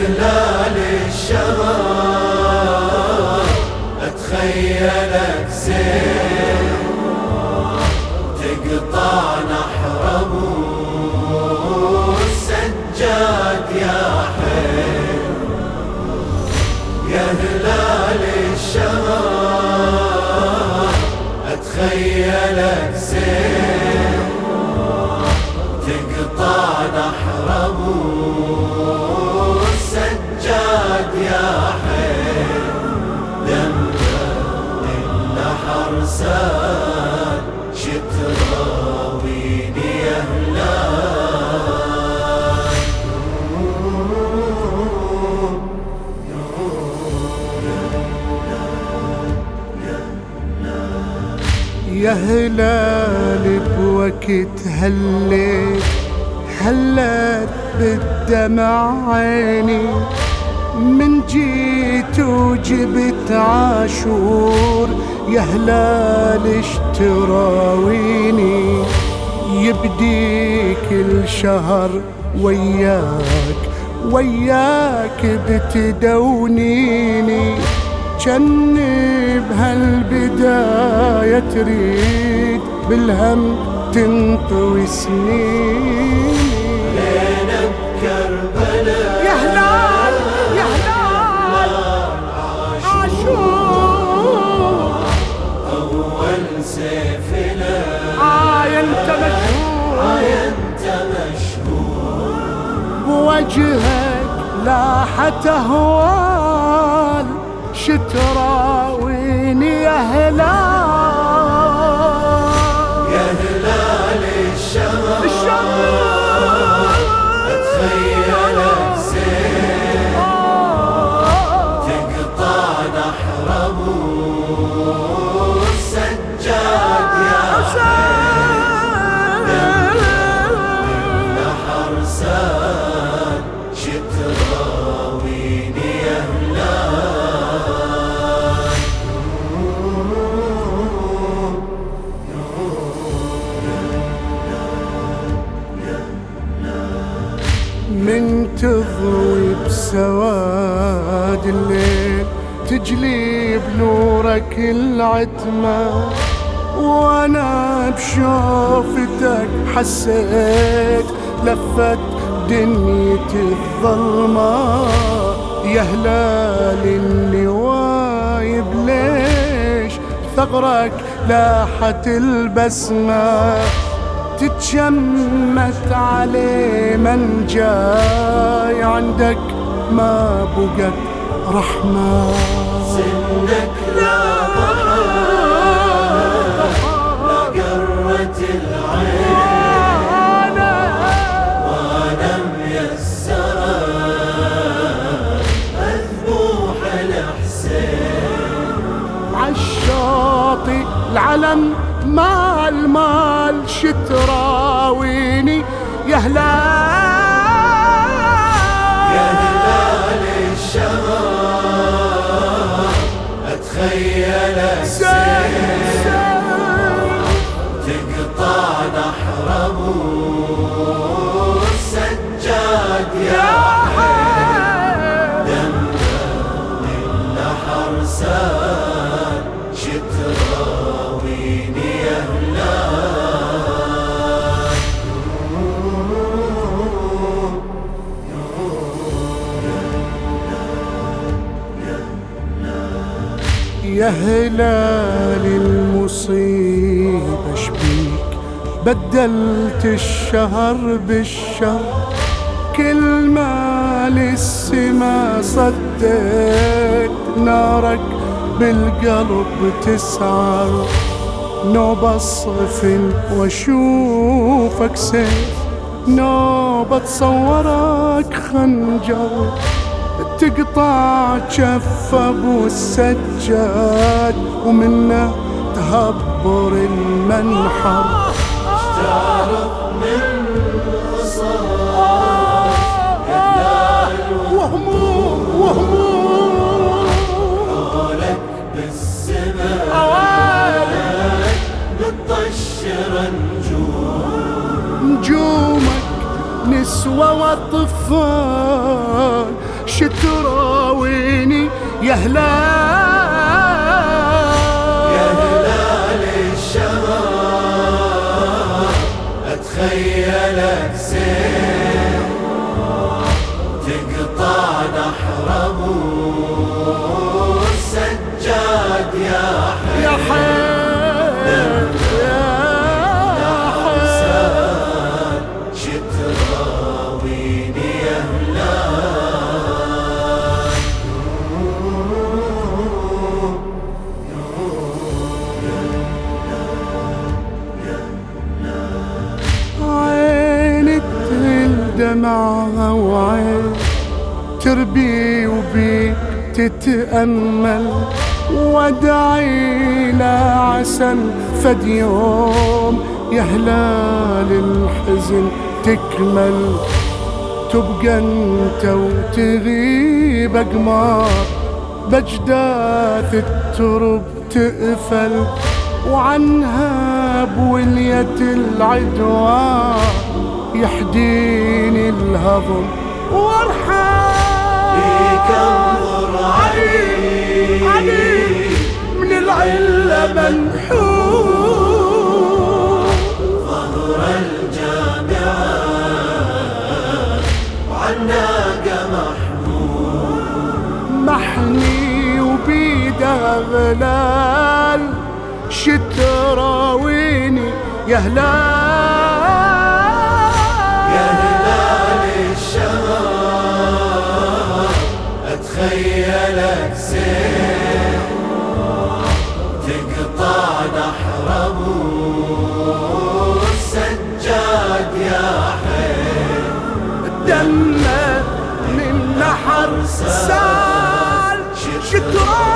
هلال الشهر اتخيلك زين تقطع نحر ابو السجاد يا حين. يا هلال الشهر اتخيلك زين تقطع نحر ابو السجاد يا حين. دمه النحر ساد شتراويني يا هلال. يا هلال بوقت هلت بالدمع عيني من جيت وجبت عاشور. يا هلال اشتراويني يبدي كل شهر وياك بتدونيني. جني بهالبداية تريد بالهم تنطوي سنين. لينا بكربلاء يا هلال عاشور أول سيفنا انت مشهور بوجهك لاحت اهوال شتراويني يا هلال. يا هلال الشهر اتخيلك زين تقطع نحر ابو السجاد يا حين. النحر ساد شتراويني يا هلال. من تضوي بسواد الليل تجلي بنورك العتمة. وانا بشوفتك حسيت لفت دنيتي الظلمة. يا هلال اللي وايب ليش ثغرك لاحت البسمة. تتشمت عليه من جاي عندك ما بقت رحمة. سنك لا ضحى لا قرة العين وانا ميسرة مذبوح الحسين. عالشاطئ العلم مع المال شتراويني يا هلال. يا هلال الشهر اتخيلك زين تقطع نحر ابو السجاد يا حين. دمه النحر ساد شتراويني يا هلال. يا هلال المصيبة شبيك بدلت الشهر بالشهر. كل ما للسما صديت نارك بالقلب تسعر. نوبة صفن واشوفك سيف نوبة تصورك خنجر. تقطع جف ابو السجاد ومنه تهبر المنحر. تعرف من رصاص وهموم حولك بالسماء بتطشر نجومك نسوة واطفال شتراويني يا هلال، يا هلال الشهر اتخيلك سير تقطع نحر ابو السجاد يا حي يا حي شتراويني يا هلال. عيني تهل دمعها وعين تربي وبيك تتأمل، وادعي لعسى فد يوم يا هلال الحزن تكمل، تبقى انت وتغيب اقمار بجداث الترب تقفل، وعنها بولية العدوان يحديني الهضم وارحم بيك انظر علي من العلة منحوم، ظهر الجامعة وعناقة محني وبيده غلال، شتراويني يا هلال، يا هلال الشهر اتخيلك سير تقطع نحر ابو السجاد يا حي دمه من نحر سال، شتراويني